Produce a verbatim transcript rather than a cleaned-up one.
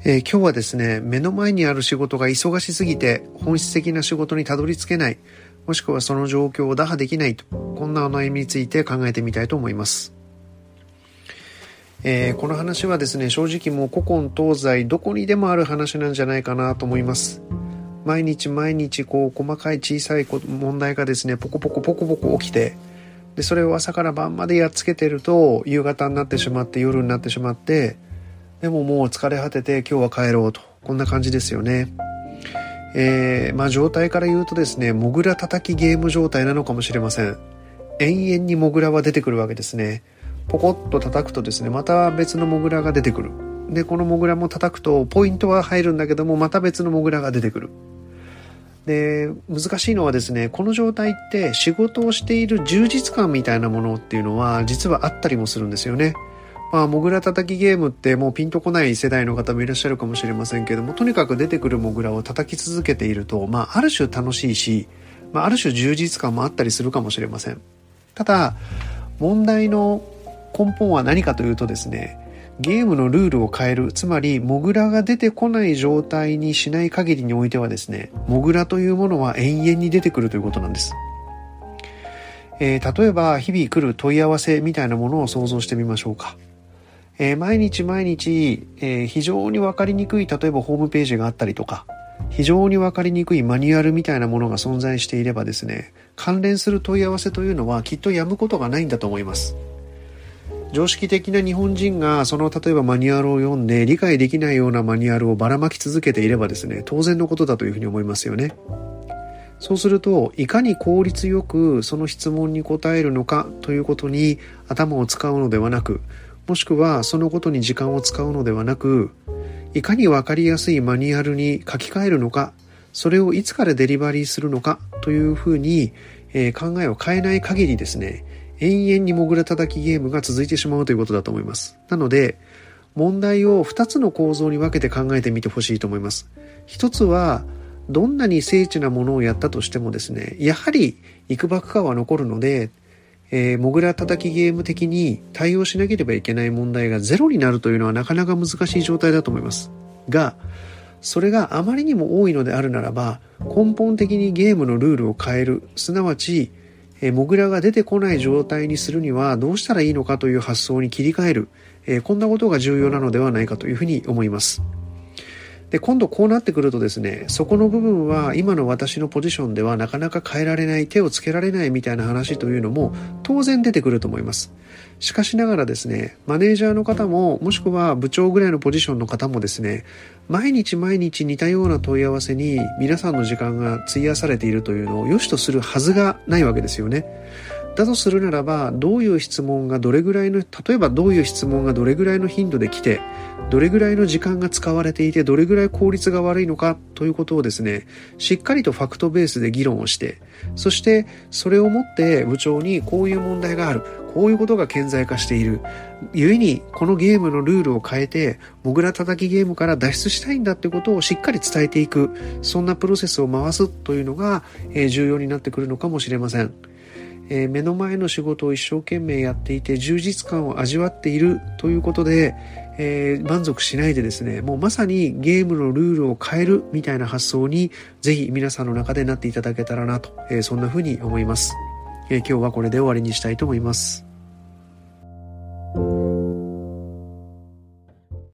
えー、今日はですね、目の前にある仕事が忙しすぎて本質的な仕事にたどり着けない、もしくはその状況を打破できないと、こんなお悩みについて考えてみたいと思います。えー、この話はですね、正直もう古今東西どこにでもある話なんじゃないかなと思います。毎日毎日こう細かい小さい問題がですね、ポコポコポコポコ起きて、でそれを朝から晩までやっつけてると夕方になってしまって夜になってしまって、でももう疲れ果てて今日は帰ろうと、こんな感じですよね。えー、まあ状態から言うとですね、モグラ叩きゲーム状態なのかもしれません。延々にモグラは出てくるわけですね。ポコッと叩くとですね、また別のモグラが出てくる。でこのモグラも叩くとポイントは入るんだけども、また別のモグラが出てくる。で難しいのはですね、この状態って仕事をしている充実感みたいなものっていうのは実はあったりもするんですよね。まあ、モグラ叩きゲームってもうピンとこない世代の方もいらっしゃるかもしれませんけども、とにかく出てくるモグラを叩き続けていると、まあ、ある種楽しいし、まあ、ある種充実感もあったりするかもしれません。ただ問題の根本は何かというとですね、ゲームのルールを変える、つまりモグラが出てこない状態にしない限りにおいてはですね、モグラというものは永遠に出てくるということなんです。えー、例えば日々来る問い合わせみたいなものを想像してみましょうか。えー、毎日毎日、えー、非常に分かりにくい、例えばホームページがあったりとか、非常に分かりにくいマニュアルみたいなものが存在していればですね、関連する問い合わせというのはきっとやむことがないんだと思います。常識的な日本人がその例えばマニュアルを読んで理解できないようなマニュアルをばらまき続けていればですね、当然のことだというふうに思いますよね。そうすると、いかに効率よくその質問に答えるのかということに頭を使うのではなく、もしくはそのことに時間を使うのではなく、いかに分かりやすいマニュアルに書き換えるのか、それをいつからデリバリーするのかというふうに、えー、考えを変えない限りですね、永遠にモグラ叩きゲームが続いてしまうということだと思います。なので問題をふたつの構造に分けて考えてみてほしいと思います。ひとつは、どんなに精緻なものをやったとしてもですね、やはりいくばくかは残るので、えー、モグラ叩きゲーム的に対応しなければいけない問題がゼロになるというのはなかなか難しい状態だと思いますが、それがあまりにも多いのであるならば、根本的にゲームのルールを変える、すなわち、えー、モグラが出てこない状態にするにはどうしたらいいのかという発想に切り替える、えー、こんなことが重要なのではないかというふうに思います。で今度こうなってくるとですね、そこの部分は今の私のポジションではなかなか変えられない、手をつけられないみたいな話というのも当然出てくると思います。しかしながらですね、マネージャーの方も、もしくは部長ぐらいのポジションの方もですね、毎日毎日似たような問い合わせに皆さんの時間が費やされているというのを良しとするはずがないわけですよね。だとするならば、どういう質問がどれぐらいの、例えばどういう質問がどれぐらいの頻度で来て、どれぐらいの時間が使われていて、どれぐらい効率が悪いのかということをですね、しっかりとファクトベースで議論をして、そしてそれをもって部長にこういう問題がある、こういうことが顕在化している、故にこのゲームのルールを変えてモグラ叩きゲームから脱出したいんだってことをしっかり伝えていく、そんなプロセスを回すというのが、えー、重要になってくるのかもしれません。えー、目の前の仕事を一生懸命やっていて充実感を味わっているということで、えー、満足しないでですね、もうまさにゲームのルールを変えるみたいな発想にぜひ皆さんの中でなっていただけたらなと、えー、そんな風に思います。えー、今日はこれで終わりにしたいと思います。